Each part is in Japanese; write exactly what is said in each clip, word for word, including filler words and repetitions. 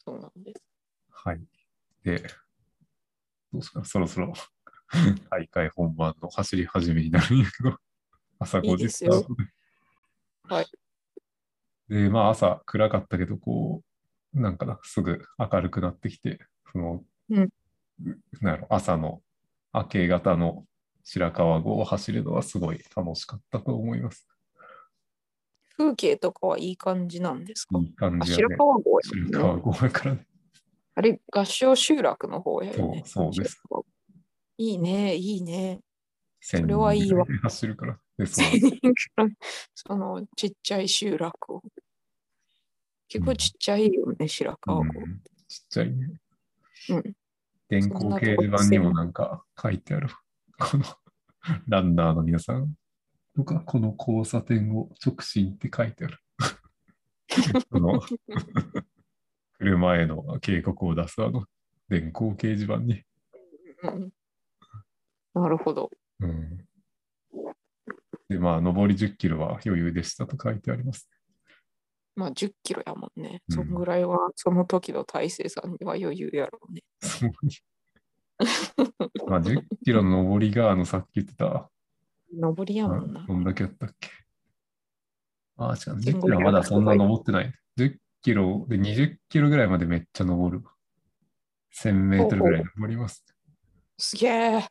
そうなんです。 はい。で、どうですか、そろそろ大会本番の走り始めになるんやけど、朝いいごじですよ。 スタートで。 はい。 で、まあ朝暗かったけど、こう、なんかな、すぐ明るくなってきて、その、 うん。 なんやろ、朝の明け方の白川郷を走るのはすごい楽しかったと思います。 風景とかはいい感じなんですか？ いい感あ、 じやね。 白川郷やもんね。 白川郷やからね。 あれ、合掌集落の方やよそう、 ね。 そうです。 白川郷。いいね、いいね。そ 1000 れはいいわ。 人ぐらいで走るから。で、 千そう。 人くらい、そのちっちゃい集落を。結構うん。 ちっちゃいよね、白川郷。 うん、ちっちゃいね。 うん。 電そんなとこ光掲示板にもでせん。 なんか書いてある。このランナーの皆さんとか、この交差点を直進って書いてある。この車への警告を出すあの電光掲示板に。 うん、なるほど。 うん、で、まあ、上りじゅっキロは余裕でしたと書いてあります。 まあじゅっキロやもんね。そんぐうん。 らいは、その時の大勢さんには余裕やろうね。 そう。まあ、じゅっキロの上りが、あの、さっき言ってた、 上りやあ、 もんな。 どんだけやったっけ。ああ、違う。10キロはませんごひゃくだそんなとか言って。 登ってない。じゅっキロでにじゅっキロぐらいまでめっちゃ登る。せんメートルぐらいほうほう。 登ります。 すげえ。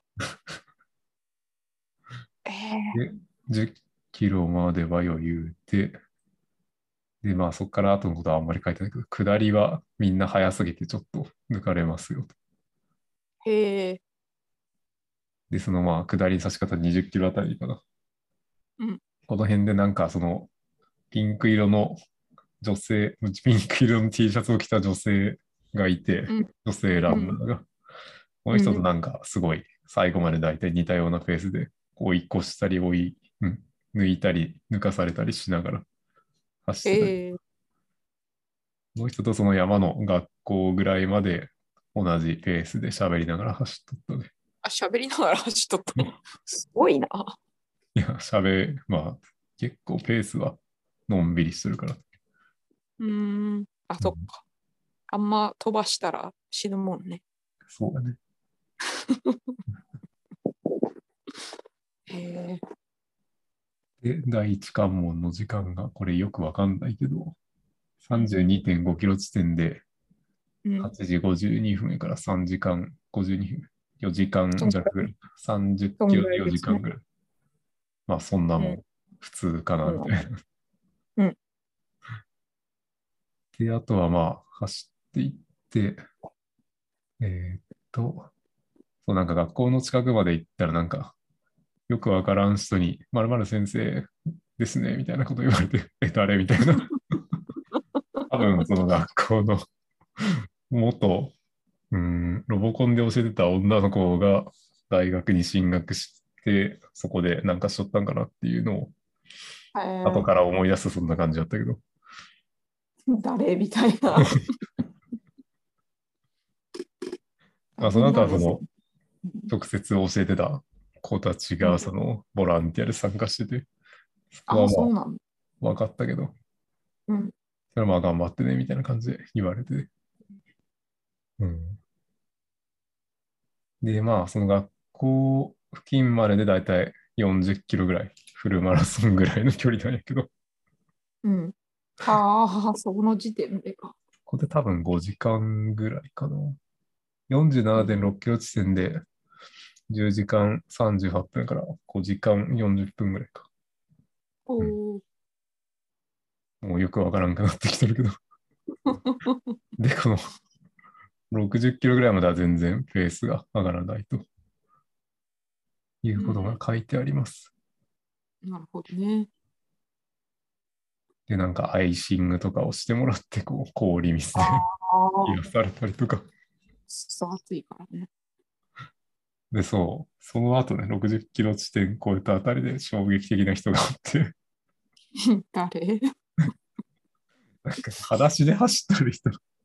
ええ、 で、じゅっキロまでは余裕で、で、まあそこから後のことはあんまり書いてないけど、下りはみんな早すぎてちょっと抜かれますよと。 へえ。 で、そのまあ下り差し方にじゅっキロあたりかな。 うん。 この辺でなんかそのピンク色の女性、ピンク色の T シャツを着た女性がいて、 うん。 女性ラうん。 ンナーが。このうん。 人となんかすごい最後まで大体似たようなペースで追い越したり追い、うん、抜いたり抜かされたりしながら走ってたり。 へえ。 もう一つとその山の学校ぐらいまで同じペースで喋りながら走っとったね。 あ、喋りながら走っとったの。すごいな。 いや、喋、まあ、結構ペースはのんびりしてるから。 うーん。あ、 うん、 そっか。あんま飛ばしたら死ぬもんね。 そうだね。 へえ。 で、第一関門の時間が、これよくわかんないけど、 うん。 さんじゅうにてんごキロ地点でうん。 はちじごじゅうにふんからさんじかんごじゅうにふん、よじかんそんぐらい。 弱ぐらい。30キそんぐロで4 らいですね。 時間ぐらい。まあ、そんなうん。 もん普通かな、 うん。 みたいな。 うん。 で、あとはまあ、走っていって、えーっと、そう、なんか学校の近くまで行ったら、なんか、よくわからん人に、まるまる先生ですね、みたいなこと言われて、え、誰みたいな。多分、その学校の元、うん、ロボコンで教えてた女の子が大学に進学して、そこでなんかしとったんかなっていうのを、 へえ。 後から思い出すそんな感じだったけど。 誰みたいな。 まあ、 大変その後なんですね。 はその、直接教えてた子たちが、 うん。 その、ボランティアで参加してて、そこあ、 はまあ、 そうなんだ。 分かったけど、 うん。 それはまあ頑張ってね、みたいな感じで言われて。うん。で、まあ、その学校付近まででだいたいよんじゅっキロぐらい、フルマラソンぐらいの距離なんやけど、 うん。はあ、その時点でか。 ここで多分ごじかんぐらいかな。47.6 うん。 キロ地点でじゅうじかんさんじゅうはっぷんからごじかんよんじゅっぷんぐらいか。うん。 おー。 もうよくわからんくなってきてるけど。で、このろくじゅっキロぐらいまでは全然ペースが上がらないということがうん。 書いてあります。 なるほどね。 で、なんかアイシングとかをしてもらって、こう、氷水あであ、 癒されたりとか。 そう暑いからね。 で、そう、その後ね、ろくじゅっキロ地点超えたあたりで衝撃的な人がおって、 誰？ なんか裸足で走ってる人、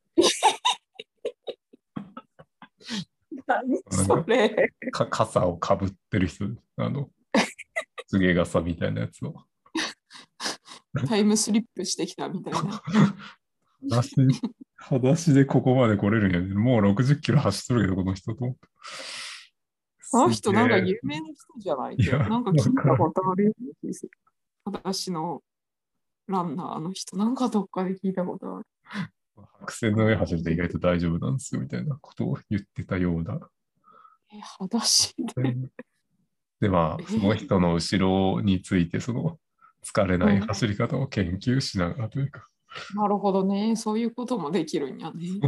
何なんかそれ。 か傘をかぶってる人、あの、つげ傘みたいなやつを、なんかタイムスリップしてきたみたいな。 裸足、裸足でここまで来れるんやね。もうろくじゅっキロ走っとるけど、この人と。 あのす人なんかげえ。 有名な人じゃないいや、 でもなんか聞いたわからん。 ことあるような気がする。私のランナーの人、なんかどっかで聞いたことある。 白線の上走ると意外と大丈夫なんですよ、みたいなことを言ってたような。 え、裸足で。 で、まあ、そのえ、 人の後ろについて、その疲れないうん。 走り方を研究しながらというか、 なるほどね。そういうこともできるんやね。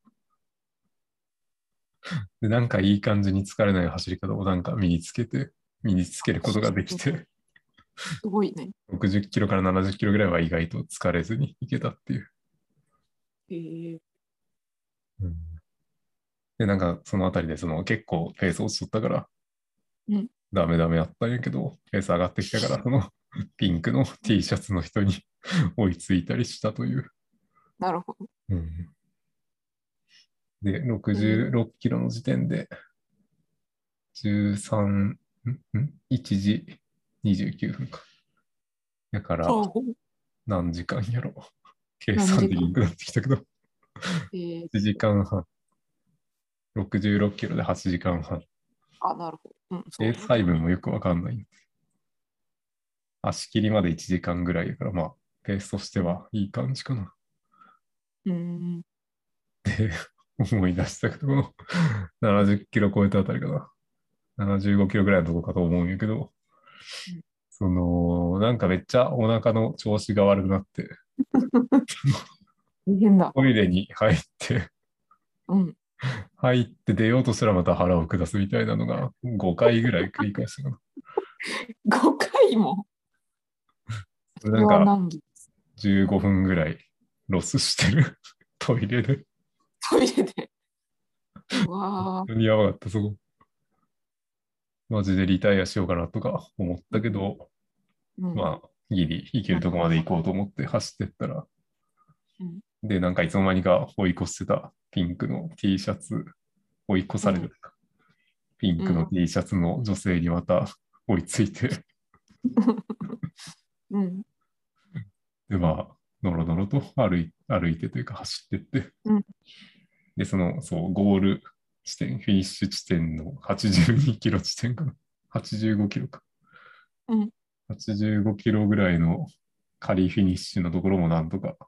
で、なんかいい感じに疲れない走り方をなんか身につけて、身につけることができて、 すごいね。 ろくじゅっキロからななじゅっキロぐらいは意外と疲れずにいけたっていう。 えー、 うん、で、なんかそのあたりでその結構ペース落ちとったから、 うん。 ダメダメやったんやけど、ペース上がってきたから、そのピンクの T シャツの人に追いついたりしたという。 なるほど。 うん、で、 えー、 ろくじゅうろっキロの時点でじゅうさん、んん ?いち 時にじゅうきゅうふんか。だから、 ほうほう。 何時間やろ。計算何時間。 できなくなってきたけど、 えー、 いちじかんはん。ろくじゅうろっキロではちじかんはん。 あ、なるほど。うん、そペーうだね。 ス配分もよくわかんない。足切りまでいちじかんぐらいやから、まあ、ペースとしてうん。 はいい感じかな。 うん。 で、思い出したけど、ななじゅっキロ超えたあたりかな。ななじゅうごキロぐらいのとこかと思うんやけど、 うん。 その、なんかめっちゃお腹の調子が悪くなって、 大変だ。 トイレに入って、 うん。 入って出ようとすらまた腹を下すみたいなのがごかいぐらい繰り返したかな。 ごかいも。それなんかは難儀。 じゅうごふんぐらいロスしてるトイレで。 トイレで。う本わー。 当にやばかった、そこ。マジでリタイアしようかなとか思ったけど、 うん。 まあ、ギリ行けるとこまで行こうと思って走ってったら、 うん。 で、なんかいつの間にか追い越してたピンクの T シャツ、追い越うん。 されてたピンクのうん。 T シャツの女性にまた追いついて、 うん。 で、まあ、のろのろと歩い歩いてというか走ってって、 うん。 で、その、そう、ゴール地点、フィニッシュ地点のはちじゅうにキロ地点かな。はちじゅうごキロか。 うん。 はちじゅうごキロぐらいの仮フィニッシュのところもなんとか、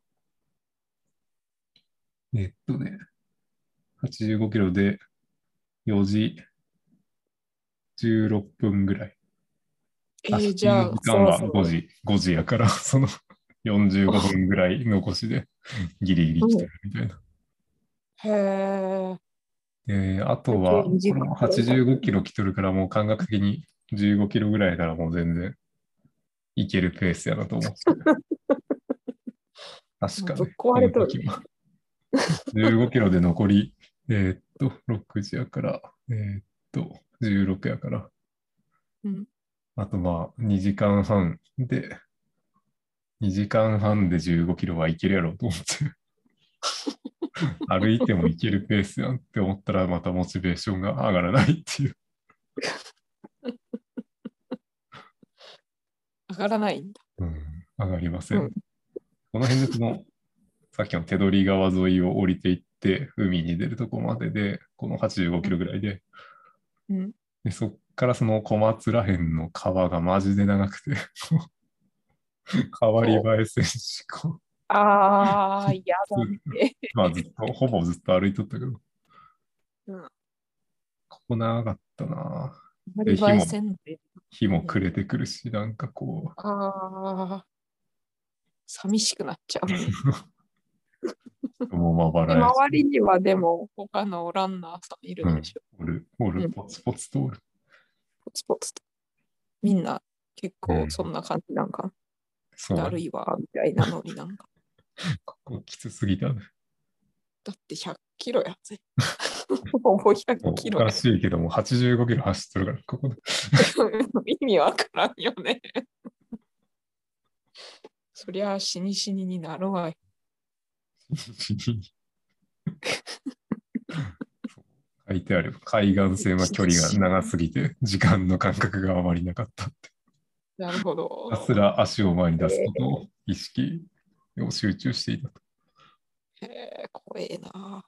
えっとね、はちじゅうごキロでよじじゅうろっぷんぐらい。あ、 えー、じ入ゃあ、 場時間はそろそろ。 ごじ、ごじやから、そのよんじゅうごふんぐらい残しでギリギリ来てうん。 るみたいな。 へえ。 で、あとは、 じゅうにじかんこの85 くらいか。 キロ来とるから、もう感覚的にじゅうごキロぐらいならもう全然いけるペースやなと思って。確かぶっね、この壊れとる。 時は。じゅうごキロで残り、えーっと、ろくじやから、えーっと、じゅうろくやから、 うん。 あとまあにじかんはんで、にじかんはんでじゅうごキロはいけるやろうと思って、歩いてもいけるペースやんって思ったら、またモチベーションが上がらないっていう。 上がらないんだ。 うん、上がりませうん。 ん。この辺でその、さっきの手取川沿いを降りていって、海に出るとこまでで、このはちじゅうごキロぐらいで、 うん。 でそっからその小松らへんの川がマジで長くて、変わり映そう。 え選手、こうああ、やだずね。 まあずっと、ほぼずっと歩いとったけど、 うん。 ここ長かったな。で、 あまり映え日も、 せんので。 日うん。 も暮れてくるし、なんかこああ、寂しくなっちゃうね。 う、もうまばで、 らやし、 周りにはでも他のランナーさんいるうん、 んでしょ。 おる、おる、 うん。 ポツポツとおる。 ポツポツと。みんな結うん、 構そんな感じなんか、 そうだね。 だるいわ、みたいなのになんか。 ここきつすぎたね。 だってひゃっキロやぜ。ほぼひゃっもうおかキロや。 しいけども、はちじゅうごキロ走ってるから、ここで。 意味わからんよね。そりゃ死に死にになるわよ。 書いてある。海岸線は距離が死に長すぎて、時間の感覚があまりなかったって。 なるほひたすど。 ら足を前に出すえことを意識を集中していたと。 へえ、怖えな。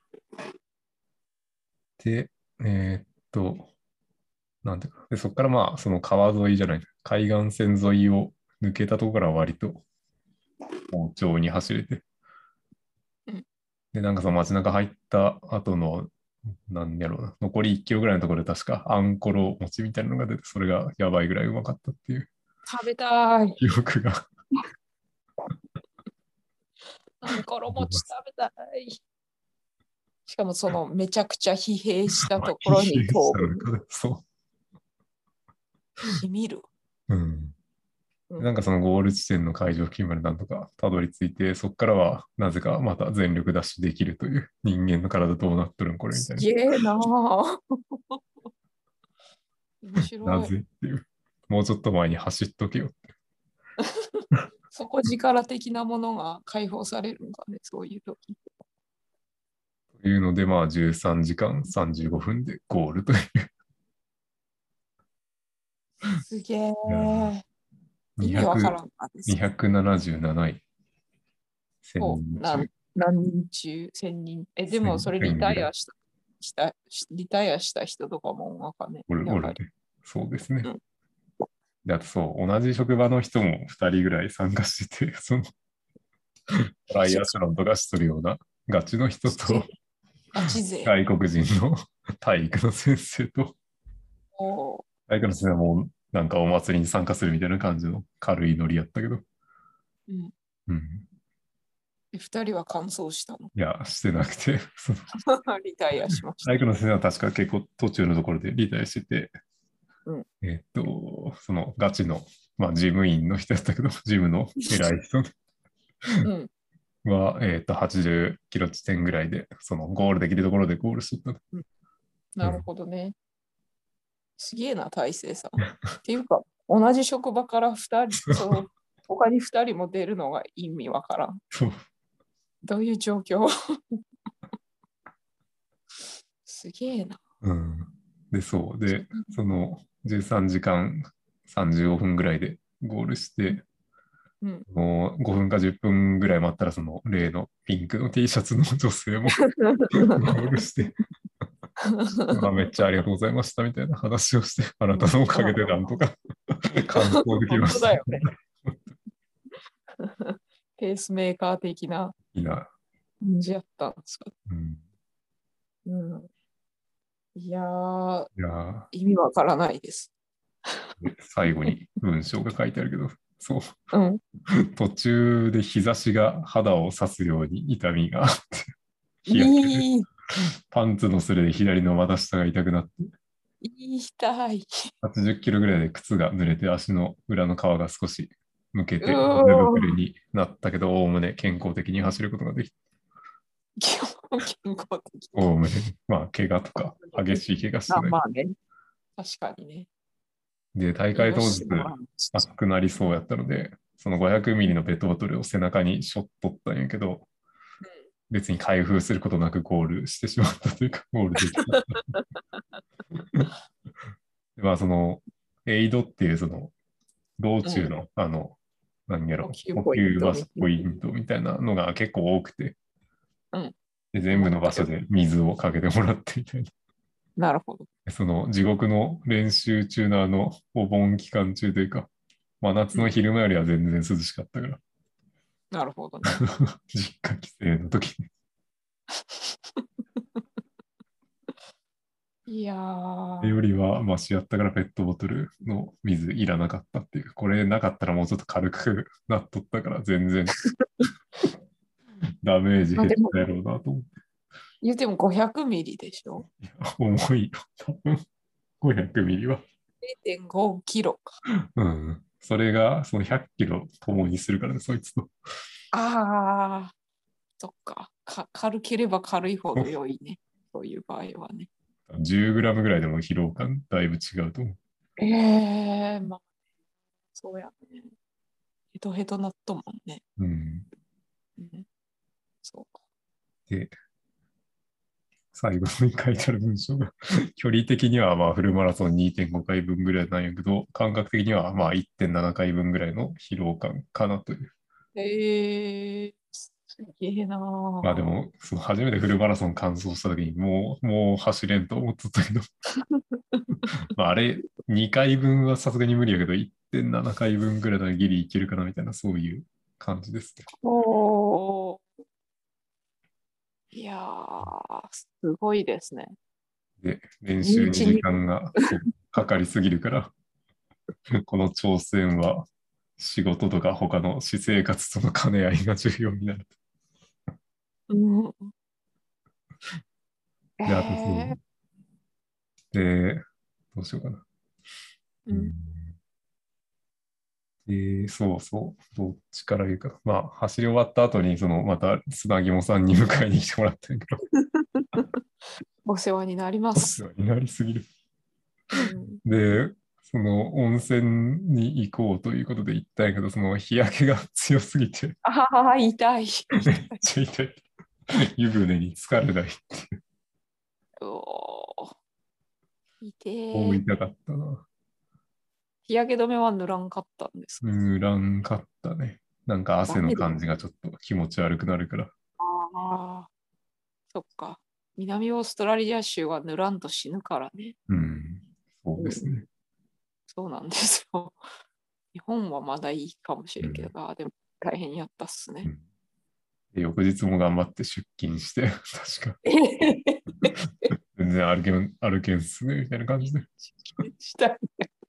で、えーっと、なんていうか、で、そこからまあ、その川沿いじゃない、海岸線沿いを抜けたところから割と順調に走れて、 うん。 で、なんかその街中入った後の、なんやろうな、残りいっキロぐらいのところで確かあんころ餅みたいなのが出て、それがやばいぐらいうまかったっていう食べたい。 記憶があんころ餅あります。 食べたい。しかもそのめちゃくちゃ疲弊したところに疲弊した糖分。 のかそしみる。 う。うん。 うん。 なんかそのゴール地点の会場付近までなんとかたどり着いて、そこからはなぜかまた全力ダッシュできるという人間の体どうなっとるんこれみたいな。 すげえなぁ。面な白い。 ぜっていう。もうちょっと前に走っとけよって。 底力的なものが解放されるんかね、そういう時。 というので、まあじゅうさんじかんさんじゅうごふんでゴールという。 すげえ。 いやー意味わからにひゃく、 んかです。 にひゃくななじゅうなない、1000 そう、なん人中、 何人中、千人。え、でもそれリせんぐらいタイアした、したしリタイアした人とかもわかんね、 おる、 やはり。 おるね。そうですね。 うん。 で、あとそう、同じ職場の人もふたりぐらい参加してて、そのトライアスロンとかしとるようなガチの人とガチ勢。 外国人の体育の先生と、 お体育の先生はもうなんかお祭りに参加するみたいな感じの軽いノリやったけど、 うん。 うん。 で二人は完走したの。 いや、してなくて、そのリタイアしました。 体育の先生は確か結構途中のところでリタイアしてて、 うん。 えっと、そのガチの、まあ、事務員の人やったけど、事務の偉い人うん。 は、えっと、はちじゅっキロ地点ぐらいで、そのゴールできるところでゴールしとった。 うん。なるうん。 ほどね。すげえな、大成さん。っていうか、同じ職場から二人、 そうその、他に二人も出るのが意味わからん。 そう。 どういう状況？すげえな。 うん。で、そう。で、そのじゅうさんじかんさんじゅうごふんぐらいでゴールして、 うん。 もうごふんかじゅっぷんぐらい待ったら、その例のピンクの T シャツの女性もゴールして、あ、めっちゃありがとうございましたみたいな話をして、あなたのおかげでなんとか完走でき本ました。 当だよね。ペースメーカー的ないいな。 感じやったんですか。 うん、 うん、いやー、 いや意味わからないです。 ー、最後に文章が書いてあるけど、そう。 うん。 途中で日差しが肌を刺すように痛みがあって、日焼けでいい、 パンツのすれで左の股下が痛くなって、 いい、痛い。 はちじゅっキロぐらいで靴が濡れて足の裏の皮が少しむけうて、水ぶくれーん。 になったけど、おおむね健康的に走ることができた。 健康的。 おおむね、まあ、怪我とか、激しい怪我してあ、 ない。 まあね。確かにね。 で、大会当日よし、もらう。 熱くなりそうやったので、そのごひゃくミリのペットボトルを背中に背負っとったんやけど、別に開封することなくゴールしてしまったというか、ゴールできた。でまあ、その、エイドっていう、その、道うん。うん。 中の、あの、何やろ、 呼吸呼ポイン吸バトみたいスポイントみたいなのが結構多くて、 な。うん。 で全部思ったよ。 の場所で水をかけてもらってみたいな。 なるほど。 その地獄の練習中のあの、お盆期間中というか、真夏うん。 の昼間よりは全然涼しかったから、 なるほどね。 実家帰省の時に。 いやー。 よりはマシやったからペットボトルの水いらなかったっていう。これなかったらもうちょっと軽くなっとったから全然ダメージ減っまあでも、 たやろうなと思って。 言うてもごひゃくミリでしょ？ 重いよ。多分ごひゃくミリは。 れいてんご キロか。 うん。それがそのひゃっキロ共にするからね、そいつと。 ああ、そっか。か軽ければ軽いほど良いね。そういう場合はね。 じゅうグラムぐらいでも疲労感だいぶ違うと思う。 ええー、まあ、そうやね。ヘトヘトなっともんね。 うん。 うん、そうか。 で、最後に書いてある文章が距離的にはまあフルマラソンにてんごかいぶんぐらいなんやけど、感覚的にはまあいってんななかいぶんぐらいの疲労感かなという。 ええー、 すげえなまあでも、その初めてフルマラソン完走した時にもう、もう走れんと思ってたけど、まああれ、にかいぶんはさすがに無理やけど、いってんななかいぶんぐらいならギリいけるかなみたいな、そういう感じですね。 おー。いやー、すごいですね。 で、練習に時日に間がそうかかりすぎるから、この挑戦は仕事とか他の私生活との兼ね合いが重要になる。 うん。えで、あとそう。 ー、 で、どうしようかな。 うん。 うんで、そうそう、どっちから言うか。まあ、走り終わった後に、その、また、砂肝さんに迎えに来てもらったんやけど、 お世話になりまお世す。 話になりすぎる。 うん。 で、その温泉に行こうということで行ったんやけど、その日焼けが強すぎて、 ああ、痛い。 めっちゃ痛い。湯船に浸かれない。 おー、痛え。 こう痛かったな。 日焼け止めは塗らんかったんですか？ 塗らんかったね。なんか汗のダメだ。 感じがちょっと気持ち悪くなるから。 ああ、そっか。南オーストラリア州は塗らんと死ぬからね。 うん、そううん、 ですね。 そうなんですよ。日本はまだいいかもしれんけど、 うんあーでも大変やったっすね。 うん、で翌日も頑張って出勤して、確か。 えへへ全然歩けん、歩けんっすね、みたいな感じで。 したい。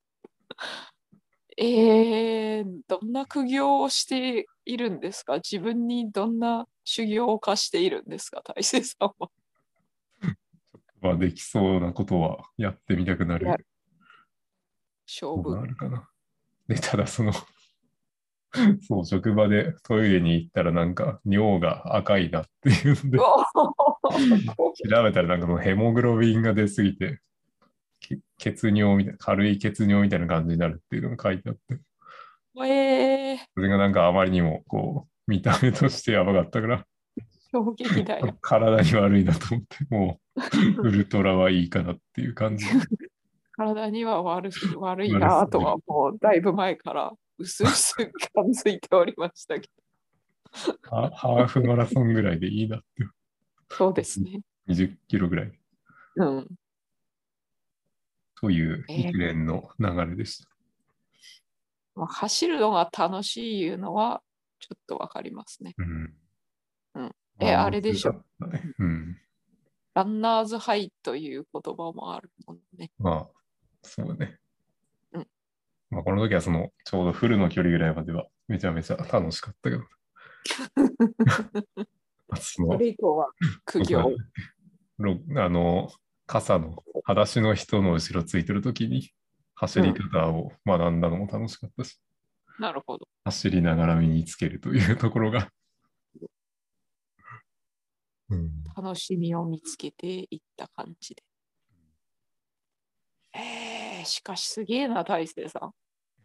えー、どんな苦行をしているんですか？自分にどんな修行を課しているんですか、大勢さんは。 まあ、できそうなことはやってみたくないや、 るのが勝負。 あるかな。で、ただその、そう、職場でトイレに行ったらなんか尿が赤いなっていうんで、 おー調べたらなんかもうヘモグロビンが出すぎて、け血尿みたいな、軽い血尿みたいな感じになるっていうのが書いてあって、 えー、 それがなんかあまりにもこう、見た目としてやばかったから、 衝撃だよ。 体に悪いなと思って、もう、ウルトラはいいかなっていう感じで、 体には悪す悪い悪すぎる。 なとはもうだいぶ前からうすうす感づいておりましたけど。 ハハーフマラソンぐらいでいいなって、 そうですね。 にじゅっキロぐらいうん。 という一えー連の流れでした。 まあ、走るのが楽しいいうのはちょっとわかりますね。 うん。 うん。え、 満あれでしょ。 足だったね。うん。 ランナーズハイという言葉もあるもんね。 まあ、そうね。 うん。 まあ、この時はその、ちょうどフルの距離ぐらいまではめちゃめちゃ楽しかったけど、そその、 れ以降は苦僕は行。 ろあの、傘の、裸足の人の後ろついてる時に走りうん。 方を学んだのも楽しかったし、 なるほど。 走りながら身につけるというところが、うん、 楽しみを見つけていった感じで。えー、しかしすげえな、大勢さん。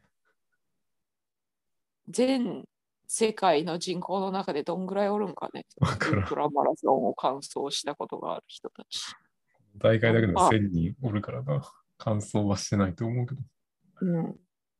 全世界の人口の中でどんぐらいおるんかね。ウルわからん。 トラマラソンを完走したことがある人たち。 大会だけでもあ、 せんにんおるからな。完走はしてないと思うけど。 うん。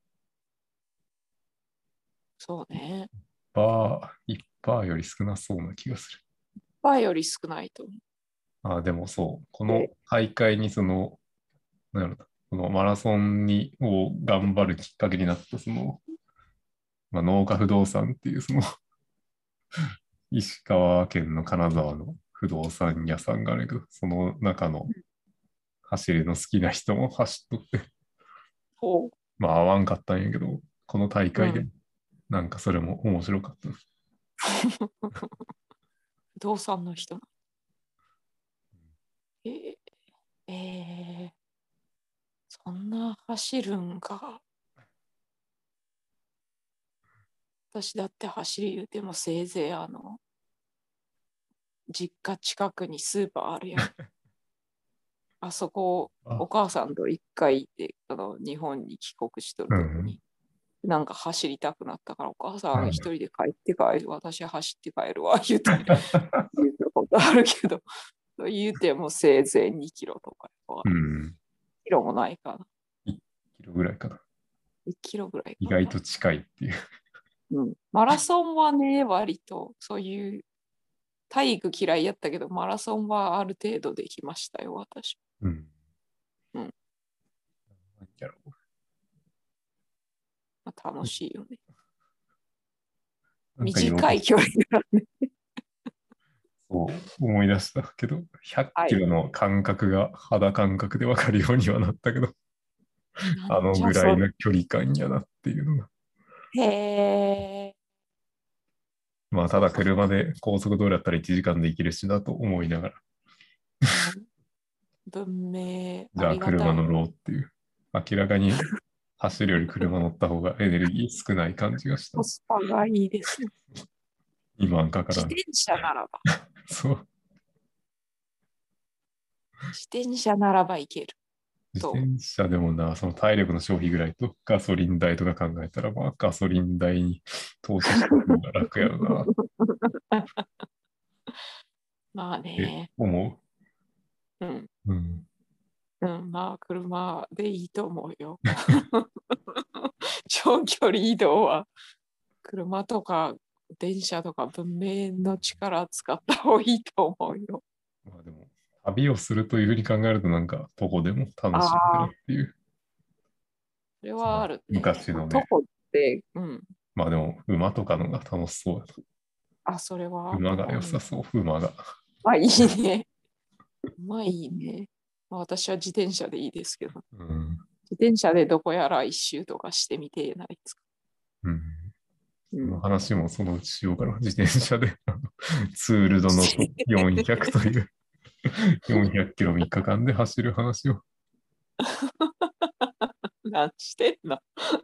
そうね。 パー、いちパーより少なそうな気がする。 倍より少ないと思う。 あ、でもそう、こので、 大会にその、なんやろな、このマラソンにを頑張るきっかけになった、その、まあ、農家不動産っていう、その、石川県の金沢の不動産屋さんがあるけど、その中の走りの好きな人も走っとって、 ほまあ合わんかったんやけど、この大う。う会でん。 なんかそれも面白かった。 不動産の人な。えー、えー、そんな走るんか。私だって走り言うてもせいぜいあの、実家近くにスーパーあるやん。あそこ、 あ、 お母さんと一回行って、あの日本に帰国しとるうん。 ときに、なんか走りたくなったから、お母さん一うん。 人で帰って帰る、私走って帰るわ、言って、言ったことあるけど、言うてもせいぜいにキロとか、 うん。 キロもないかな。 いちキロぐらいかな。 いちキロぐらいかな。 意外と近いっていう。 うん、マラソンはね、割とそういう体育嫌いやったけど、マラソンはある程度できましたよ、私。 うん。 うん。 何やろう。 まあ、楽しいよね。 なんか言おうとし短い距離がね。 そう思い出したけど、100 はい。 キロの感覚が肌感覚でわかるようにはなったけど、 なんあのぐらいじゃそれ。 の距離感やなっていうのが。 へえ。 まあ、ただそうかそうか。 車で高速道路だったらいちじかんで行けるしなと思いながら、 うん、文明じゃあありがたい。 車乗ろうっていう。明らかに走るより車乗った方がエネルギー少ない感じがした。 コスパがいいですよ。 にまんかからん。 自転車ならば、 そう。 自転車ならばいける自と。 転車でもな、その体力の消費ぐらいとガソリン代とか考えたら、まあガソリン代に投資した方が楽やろなっまあてね。 思うん。 う。うん。 うん、まあ、車でいいと思うよ。長距離移動は、車とか電車とか文明の力使った方がいいと思うよ。 まあでも、旅をするというふうに考えると、なんか、どこでも楽あしいなっあ、 ていう、 それそのはあるね。まあ、 昔のね、 徒歩って、うん。 まあでも、馬とかのが楽しそうだと。 あ、それは馬が思うね。 良さそう、馬が。 まあ、いいね。まあ、いいね。まあ、私は自転車でいいですけど、 うん。 自転車でどこやら一周とかしてみてないですか？ うん。そのうん。 話もそのうちしようかな。自転車でツールドのよんひゃくというよんひゃくキロみっかかんで走る話を。 何してんの？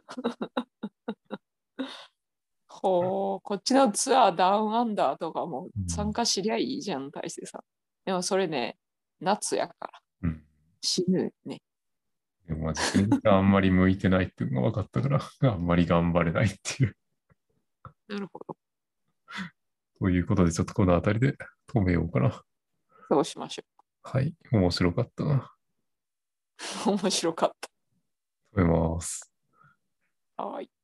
ほう、こっちのツアーダウンアンダーとかも参うん。 加しりゃいいじゃん、大勢さん。でもそれね、夏やからうん。 死ぬね。 でもまあ自転車あんまり向いてないっていうのが分かったから、あんまり頑張れないっていう。 なるほど。 ということで、ちょっとこの辺りで止めようかな。 そうしましょはい。面白かったな。 う。面白かっ止めます。 た。はい。